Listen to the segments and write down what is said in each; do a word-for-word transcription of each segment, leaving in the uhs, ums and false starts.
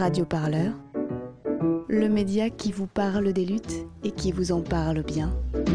Radio Parleur, le média qui vous parle des luttes et qui vous en parle bien.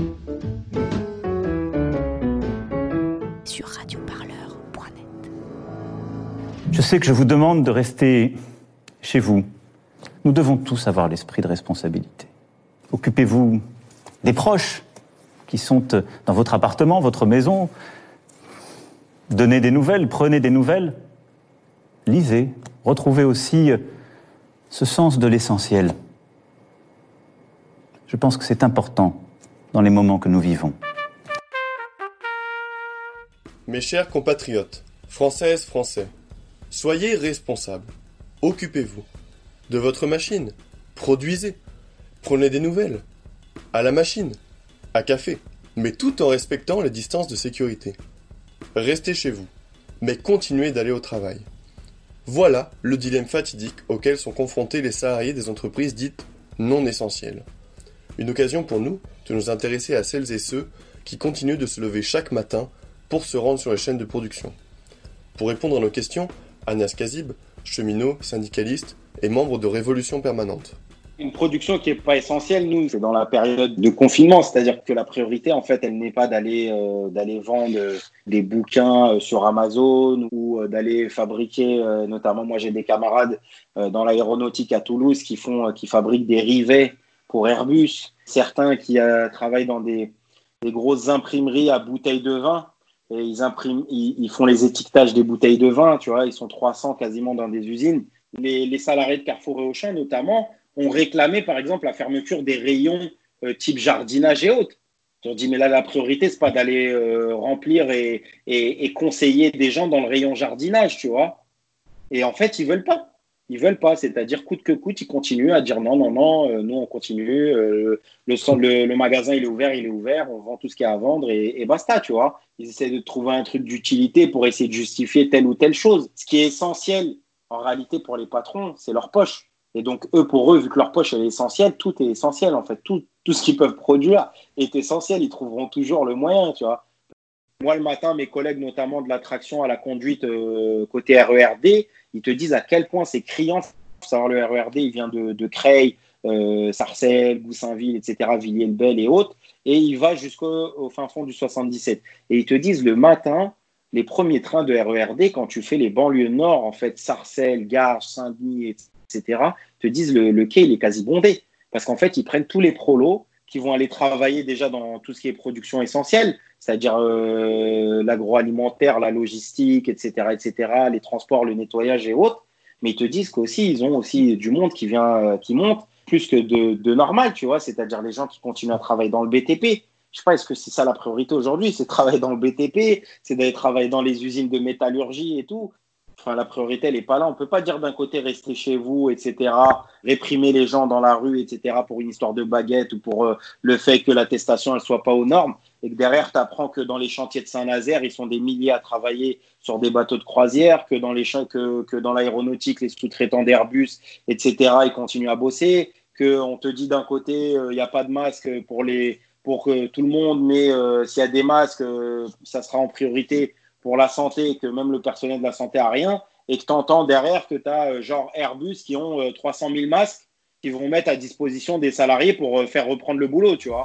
Sur radioparleur point net. Je sais que je vous demande de rester chez vous. Nous devons tous avoir l'esprit de responsabilité. Occupez-vous des proches qui sont dans votre appartement, votre maison. Donnez des nouvelles, prenez des nouvelles. Lisez, retrouvez aussi ce sens de l'essentiel. Je pense que c'est important dans les moments que nous vivons. Mes chers compatriotes, Françaises, Français, soyez responsables. Occupez-vous de votre machine. Produisez. Prenez des nouvelles. À la machine. À café. Mais tout en respectant les distances de sécurité. Restez chez vous. Mais continuez d'aller au travail. Voilà le dilemme fatidique auquel sont confrontés les salariés des entreprises dites non essentielles. Une occasion pour nous de nous intéresser à celles et ceux qui continuent de se lever chaque matin pour se rendre sur les chaînes de production. Pour répondre à nos questions, Anas Kazib, cheminot, syndicaliste et membre de Révolution Permanente. Une production qui n'est pas essentielle, nous, c'est dans la période de confinement, c'est-à-dire que la priorité, en fait, elle n'est pas d'aller euh, d'aller vendre des bouquins euh, sur Amazon ou euh, d'aller fabriquer, euh, notamment moi j'ai des camarades euh, dans l'aéronautique à Toulouse qui font, euh, qui fabriquent des rivets pour Airbus, certains qui euh, travaillent dans des, des grosses imprimeries à bouteilles de vin et ils impriment, ils, ils font les étiquetages des bouteilles de vin, tu vois, ils sont trois cents quasiment dans des usines. Les, les salariés de Carrefour et Auchan notamment ont réclamé, par exemple, la fermeture des rayons euh, type jardinage et autres. Ils ont dit, mais là, la priorité, c'est pas d'aller euh, remplir et, et, et conseiller des gens dans le rayon jardinage, tu vois. Et en fait, ils veulent pas. Ils veulent pas. C'est-à-dire, coûte que coûte, ils continuent à dire non, non, non, euh, nous, on continue. Euh, le, le, le magasin, il est ouvert, il est ouvert. On vend tout ce qu'il y a à vendre et, et basta, tu vois. Ils essaient de trouver un truc d'utilité pour essayer de justifier telle ou telle chose. Ce qui est essentiel, en réalité, pour les patrons, c'est leur poche. Et donc, eux, pour eux, vu que leur poche elle est essentielle, tout est essentiel, en fait. Tout, tout ce qu'ils peuvent produire est essentiel. Ils trouveront toujours le moyen, tu vois. Moi, le matin, mes collègues, notamment de la traction à la conduite euh, côté R E R D, ils te disent à quel point c'est criant. Il faut savoir, le R E R D, il vient de, de Creil, euh, Sarcelles, Goussainville, et cetera, Villiers-le-Bel et autres. Et il va jusqu'au au fin fond du soixante-dix-sept. Et ils te disent, le matin, les premiers trains de R E R D, quand tu fais les banlieues nord, en fait, Sarcelles, Garges, Saint-Denis, et cetera, et cetera, te disent le, le quai, il est quasi bondé. Parce qu'en fait, ils prennent tous les prolos qui vont aller travailler déjà dans tout ce qui est production essentielle, c'est-à-dire euh, l'agroalimentaire, la logistique, et cetera, et cetera, les transports, le nettoyage et autres. Mais ils te disent qu'aussi, ils ont aussi du monde qui vient, euh, qui monte, plus que de, de normal, tu vois, c'est-à-dire les gens qui continuent à travailler dans le B T P. Je sais pas, est-ce que c'est ça la priorité aujourd'hui? C'est de travailler dans le B T P, c'est d'aller travailler dans les usines de métallurgie et tout. Enfin, la priorité, elle n'est pas là. On ne peut pas dire d'un côté rester chez vous, et cetera, réprimer les gens dans la rue, et cetera, pour une histoire de baguette ou pour euh, le fait que l'attestation ne soit pas aux normes. Et que derrière, tu apprends que dans les chantiers de Saint-Nazaire, ils sont des milliers à travailler sur des bateaux de croisière, que dans, les ch- que, que dans l'aéronautique, les sous-traitants d'Airbus, et cetera, ils continuent à bosser. Qu'on te dit d'un côté, il euh, n'y a pas de masque pour, les, pour que tout le monde, mais euh, s'il y a des masques, euh, ça sera en priorité pour la santé, que même le personnel de la santé a rien, et que tu entends derrière que tu as euh, genre Airbus qui ont euh, trois cent mille masques qui vont mettre à disposition des salariés pour euh, faire reprendre le boulot, tu vois.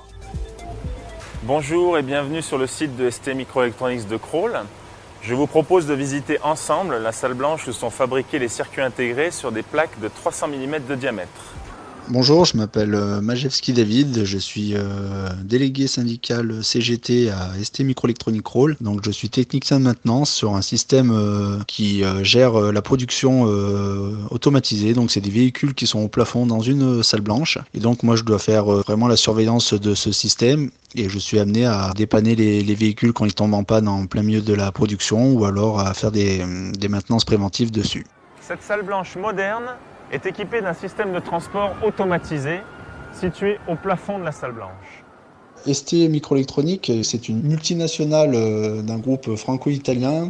Bonjour et bienvenue sur le site de S T Microelectronics de Crolles. Je vous propose de visiter ensemble la salle blanche où sont fabriqués les circuits intégrés sur des plaques de trois cents millimètres de diamètre. Bonjour, je m'appelle Majewski David, je suis euh, délégué syndical C G T à S T Microelectronics Crolles. Donc je suis technicien de maintenance sur un système euh, qui euh, gère euh, la production euh, automatisée. Donc c'est des véhicules qui sont au plafond dans une salle blanche. Et donc moi je dois faire euh, vraiment la surveillance de ce système. Et je suis amené à dépanner les, les véhicules quand ils tombent en panne en plein milieu de la production ou alors à faire des, des maintenances préventives dessus. Cette salle blanche moderne est équipée d'un système de transport automatisé situé au plafond de la salle blanche. S T Microelectronics, c'est une multinationale d'un groupe franco-italien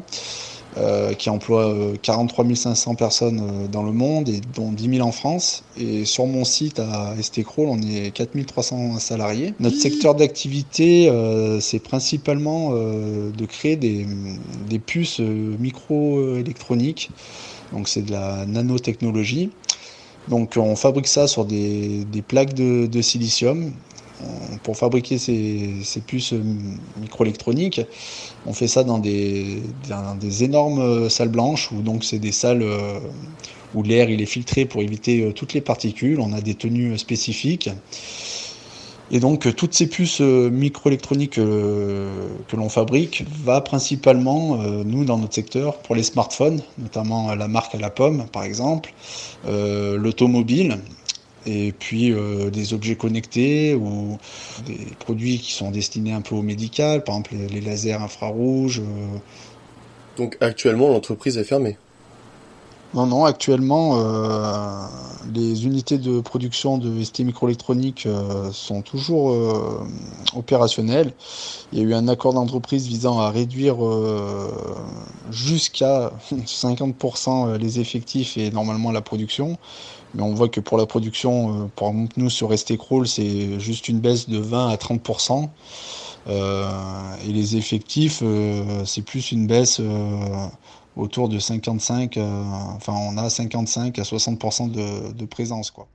euh, qui emploie quarante-trois mille cinq cents personnes dans le monde et dont dix mille en France. Et sur mon site à S T Crolles, on est quatre mille trois cents salariés. Notre secteur d'activité, euh, c'est principalement euh, de créer des, des puces microélectroniques. Donc c'est de la nanotechnologie. Donc on fabrique ça sur des, des plaques de, de silicium. On- pour fabriquer ces, ces puces microélectroniques, on fait ça dans des, dans des énormes salles blanches où donc c'est des salles euh, où l'air il est filtré pour éviter euh, toutes les particules. On a des tenues spécifiques. Et donc, euh, toutes ces puces euh, microélectroniques euh, que l'on fabrique va principalement, euh, nous, dans notre secteur, pour les smartphones, notamment euh, la marque à la pomme, par exemple, euh, l'automobile, et puis euh, des objets connectés ou des produits qui sont destinés un peu au médical, par exemple les, les lasers infrarouges. euh. Donc actuellement, l'entreprise est fermée. Non, non, actuellement, euh, les unités de production de S T Microélectronique euh, sont toujours euh, opérationnelles. Il y a eu un accord d'entreprise visant à réduire euh, jusqu'à cinquante pour cent les effectifs et normalement la production. Mais on voit que pour la production, euh, pour nous sur S T Crawl, c'est juste une baisse de vingt à trente pour cent. Euh, et les effectifs, euh, c'est plus une baisse euh, autour de cinquante-cinq, euh, enfin on a cinquante-cinq à soixante pour cent de, de présence, quoi.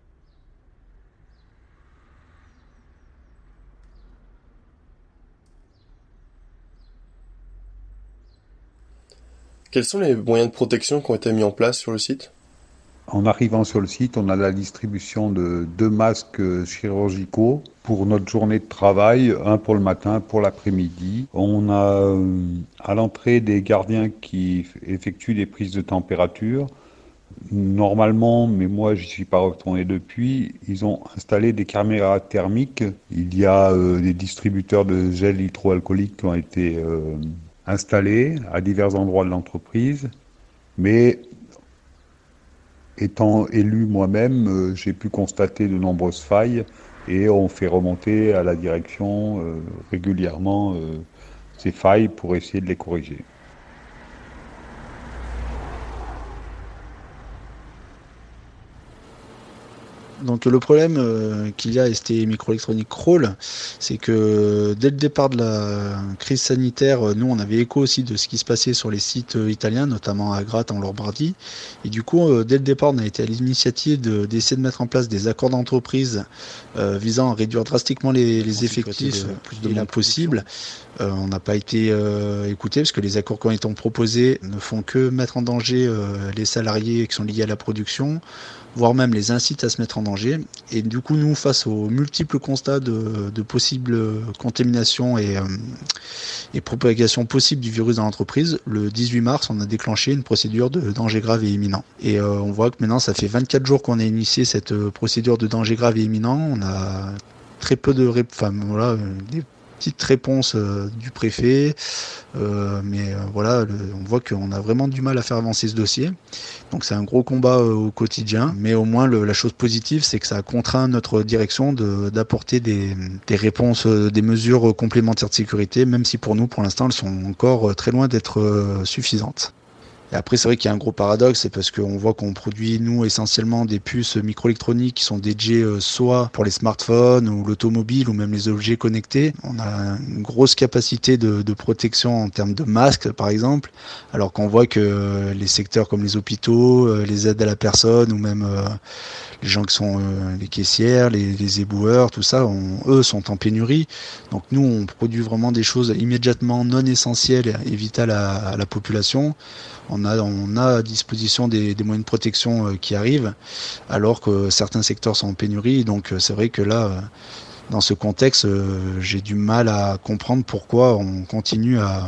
Quels sont les moyens de protection qui ont été mis en place sur le site? En arrivant sur le site, on a la distribution de deux masques chirurgicaux pour notre journée de travail, un pour le matin, pour l'après-midi. On a euh, à l'entrée des gardiens qui effectuent des prises de température. Normalement, mais moi j'y suis pas retourné depuis, ils ont installé des caméras thermiques. Il y a euh, des distributeurs de gel hydroalcoolique qui ont été euh, installés à divers endroits de l'entreprise, mais étant élu moi-même, euh, j'ai pu constater de nombreuses failles et on fait remonter à la direction euh, régulièrement euh, ces failles pour essayer de les corriger. Donc le problème euh, qu'il y a à S T Microelectronics Crawl, c'est que dès le départ de la crise sanitaire, euh, nous on avait écho aussi de ce qui se passait sur les sites euh, italiens, notamment à Gratte en Lombardie. Et du coup, euh, dès le départ, on a été à l'initiative de- d'essayer de mettre en place des accords d'entreprise euh, visant à réduire drastiquement les, les effectifs le plus de monde possible. Euh, on n'a pas été euh, écouté parce que les accords qui ont été proposés ne font que mettre en danger euh, les salariés qui sont liés à la production, voire même les incitent à se mettre en danger. Et du coup, nous, face aux multiples constats de, de possibles contaminations et, euh, et propagation possible du virus dans l'entreprise, le dix-huit mars, on a déclenché une procédure de danger grave et imminent. Et euh, on voit que maintenant, ça fait vingt-quatre jours qu'on a initié cette euh, procédure de danger grave et imminent. On a très peu de rép- enfin, voilà, euh, des petites réponses euh, du préfet, euh, mais euh, voilà, le- on voit qu'on a vraiment du mal à faire avancer ce dossier. Donc c'est un gros combat euh, au quotidien, mais au moins le- la chose positive, c'est que ça a contraint notre direction de- d'apporter des, des réponses, euh, des mesures complémentaires de sécurité, même si pour nous, pour l'instant, elles sont encore euh, très loin d'être euh, suffisantes. Et après, c'est vrai qu'il y a un gros paradoxe, c'est parce qu'on voit qu'on produit, nous, essentiellement des puces microélectroniques qui sont dédiées euh, soit pour les smartphones ou l'automobile ou même les objets connectés. On a une grosse capacité de, de protection en termes de masques, par exemple, alors qu'on voit que euh, les secteurs comme les hôpitaux, euh, les aides à la personne ou même euh, les gens qui sont euh, les caissières, les, les éboueurs, tout ça, on- eux sont en pénurie. Donc nous, on produit vraiment des choses immédiatement non essentielles et vitales à, à la population. On a, on a à disposition des, des moyens de protection euh, qui arrivent, alors que certains secteurs sont en pénurie. Donc euh, c'est vrai que là, euh, dans ce contexte, euh, j'ai du mal à comprendre pourquoi on continue à,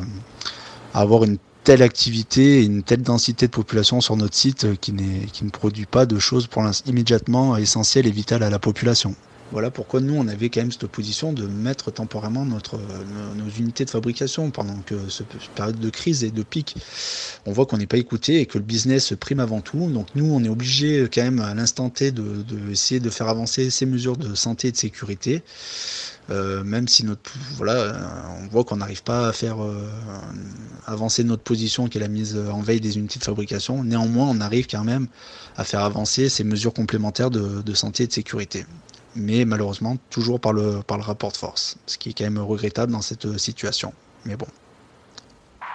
à avoir une telle activité et une telle densité de population sur notre site euh, qui, n'est, qui ne produit pas de choses pour l'instant immédiatement essentielles et vitales à la population. Voilà pourquoi nous, on avait quand même cette position de mettre temporairement notre, nos, nos unités de fabrication pendant que cette période de crise et de pic. On voit qu'on n'est pas écouté et que le business prime avant tout. Donc nous, on est obligé quand même à l'instant T de, de essayer de faire avancer ces mesures de santé et de sécurité. Euh, même si notre, voilà, on voit qu'on n'arrive pas à faire euh, avancer notre position qui est la mise en veille des unités de fabrication. Néanmoins, on arrive quand même à faire avancer ces mesures complémentaires de, de santé et de sécurité. Mais malheureusement, toujours par le, par le rapport de force, ce qui est quand même regrettable dans cette situation. Mais bon.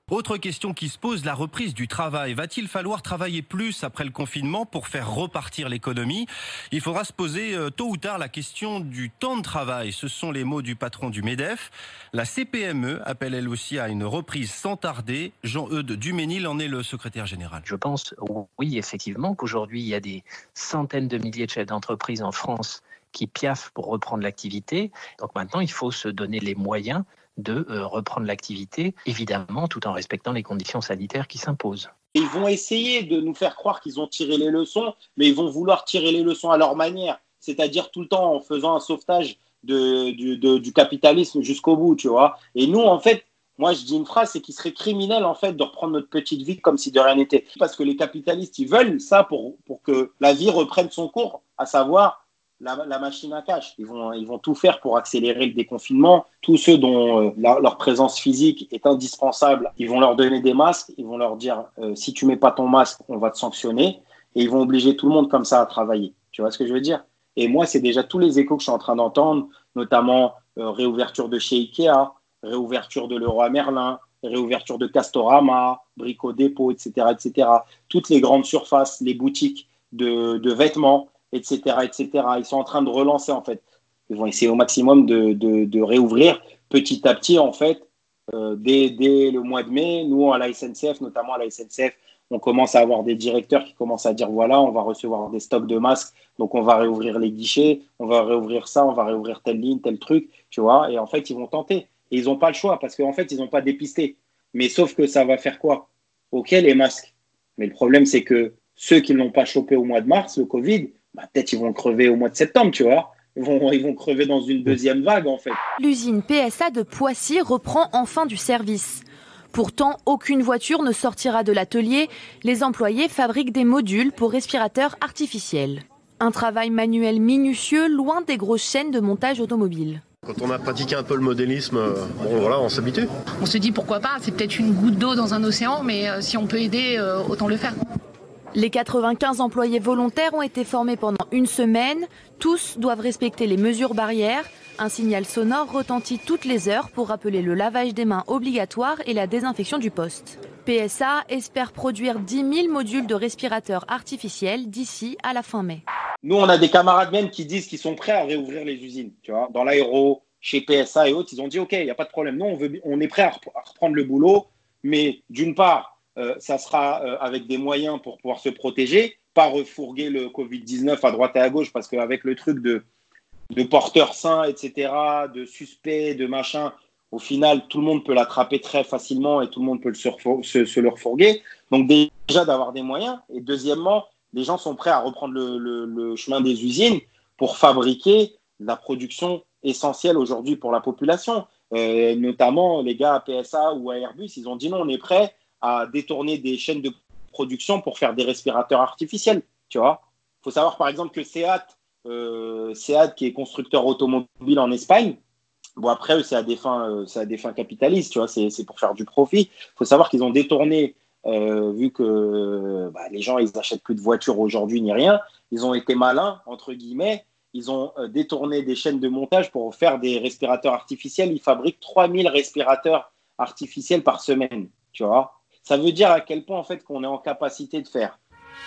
Autre question qui se pose, la reprise du travail. Va-t-il falloir travailler plus après le confinement pour faire repartir l'économie ? Il faudra se poser euh, tôt ou tard la question du temps de travail. Ce sont les mots du patron du MEDEF. La C P M E appelle elle aussi à une reprise sans tarder. Jean-Eudes Duménil en est le secrétaire général. Je pense, oui, effectivement, qu'aujourd'hui, il y a des centaines de milliers de chefs d'entreprise en France qui piaffent pour reprendre l'activité. Donc maintenant, il faut se donner les moyens de euh, reprendre l'activité, évidemment, tout en respectant les conditions sanitaires qui s'imposent. Ils vont essayer de nous faire croire qu'ils ont tiré les leçons, mais ils vont vouloir tirer les leçons à leur manière, c'est-à-dire tout le temps en faisant un sauvetage de, du, de, du capitalisme jusqu'au bout, tu vois. Et nous, en fait, moi, je dis une phrase, c'est qu'il serait criminel, en fait, de reprendre notre petite vie comme si de rien n'était. Parce que les capitalistes, ils veulent ça pour, pour que la vie reprenne son cours, à savoir La, la machine à cash. Ils vont, ils vont tout faire pour accélérer le déconfinement. Tous ceux dont euh, la, leur présence physique est indispensable, ils vont leur donner des masques, ils vont leur dire euh, si tu mets pas ton masque, on va te sanctionner, et ils vont obliger tout le monde comme ça à travailler. Tu vois ce que je veux dire ? Et moi, c'est déjà tous les échos que je suis en train d'entendre, notamment euh, réouverture de chez Ikea, réouverture de Leroy Merlin, réouverture de Castorama, Brico Dépôt, et cetera, et cetera. Toutes les grandes surfaces, les boutiques de, de vêtements, et cetera, et cetera. Ils sont en train de relancer, en fait. Ils vont essayer au maximum de, de, de réouvrir petit à petit, en fait, euh, dès, dès le mois de mai. Nous, à la S N C F, notamment à la S N C F, on commence à avoir des directeurs qui commencent à dire, voilà, on va recevoir des stocks de masques, donc on va réouvrir les guichets, on va réouvrir ça, on va réouvrir telle ligne, tel truc, tu vois. Et en fait, ils vont tenter. Et ils n'ont pas le choix parce qu'en fait, ils n'ont pas dépisté. Mais sauf que ça va faire quoi ? Ok, les masques. Mais le problème, c'est que ceux qui ne l'ont pas chopé au mois de mars, le Covid, bah, peut-être ils vont crever au mois de septembre, tu vois. Ils vont, ils vont crever dans une deuxième vague, en fait. L'usine P S A de Poissy reprend enfin du service. Pourtant, aucune voiture ne sortira de l'atelier. Les employés fabriquent des modules pour respirateurs artificiels. Un travail manuel minutieux, loin des grosses chaînes de montage automobile. Quand on a pratiqué un peu le modélisme, bon voilà, on s'habitue. On se dit pourquoi pas, c'est peut-être une goutte d'eau dans un océan, mais euh, si on peut aider, euh, autant le faire. Les quatre-vingt-quinze employés volontaires ont été formés pendant une semaine. Tous doivent respecter les mesures barrières. Un signal sonore retentit toutes les heures pour rappeler le lavage des mains obligatoire et la désinfection du poste. P S A espère produire dix mille modules de respirateurs artificiels d'ici à la fin mai. Nous, on a des camarades même qui disent qu'ils sont prêts à réouvrir les usines. Tu vois, dans l'aéro, chez P S A et autres, ils ont dit « Ok, il n'y a pas de problème. Nous, on, veut, on est prêt à reprendre le boulot, mais d'une part, Euh, ça sera euh, avec des moyens pour pouvoir se protéger, pas refourguer le covid dix-neuf à droite et à gauche, parce qu'avec le truc de, de porteurs sains, et cetera, de suspects, de machin, au final, tout le monde peut l'attraper très facilement et tout le monde peut le se, se, se le refourguer. Donc déjà d'avoir des moyens. Et deuxièmement, les gens sont prêts à reprendre le, le, le chemin des usines pour fabriquer la production essentielle aujourd'hui pour la population. Euh, notamment les gars à P S A ou à Airbus, ils ont dit non, on est prêts à détourner des chaînes de production pour faire des respirateurs artificiels, tu vois. Il faut savoir, par exemple, que Seat, euh, Seat, qui est constructeur automobile en Espagne, bon, après, c'est à des fins, euh, c'est à des fins capitalistes, tu vois, c'est, c'est pour faire du profit. Il faut savoir qu'ils ont détourné, euh, vu que bah, les gens, ils n'achètent plus de voitures aujourd'hui ni rien, ils ont été malins, entre guillemets, ils ont euh, détourné des chaînes de montage pour faire des respirateurs artificiels. Ils fabriquent trois mille respirateurs artificiels par semaine, tu vois. Ça veut dire à quel point, en fait, qu'on est en capacité de faire.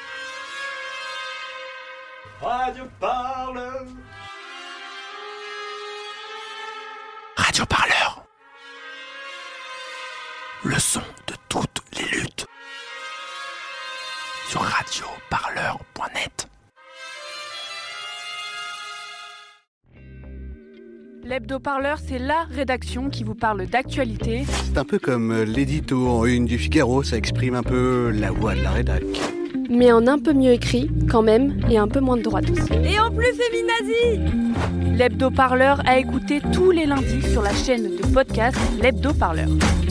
Radio Parleur. Radio Parleur. Le son de toutes les luttes. Sur radio parleur point net. L'Hebdo-Parleur, c'est la rédaction qui vous parle d'actualité. C'est un peu comme l'édito en une du Figaro, ça exprime un peu la voix de la rédac. Mais en un peu mieux écrit, quand même, et un peu moins de droite aussi. Et en plus féminazi. L'Hebdo-Parleur à écouter tous les lundis sur la chaîne de podcast L'Hebdo-Parleur.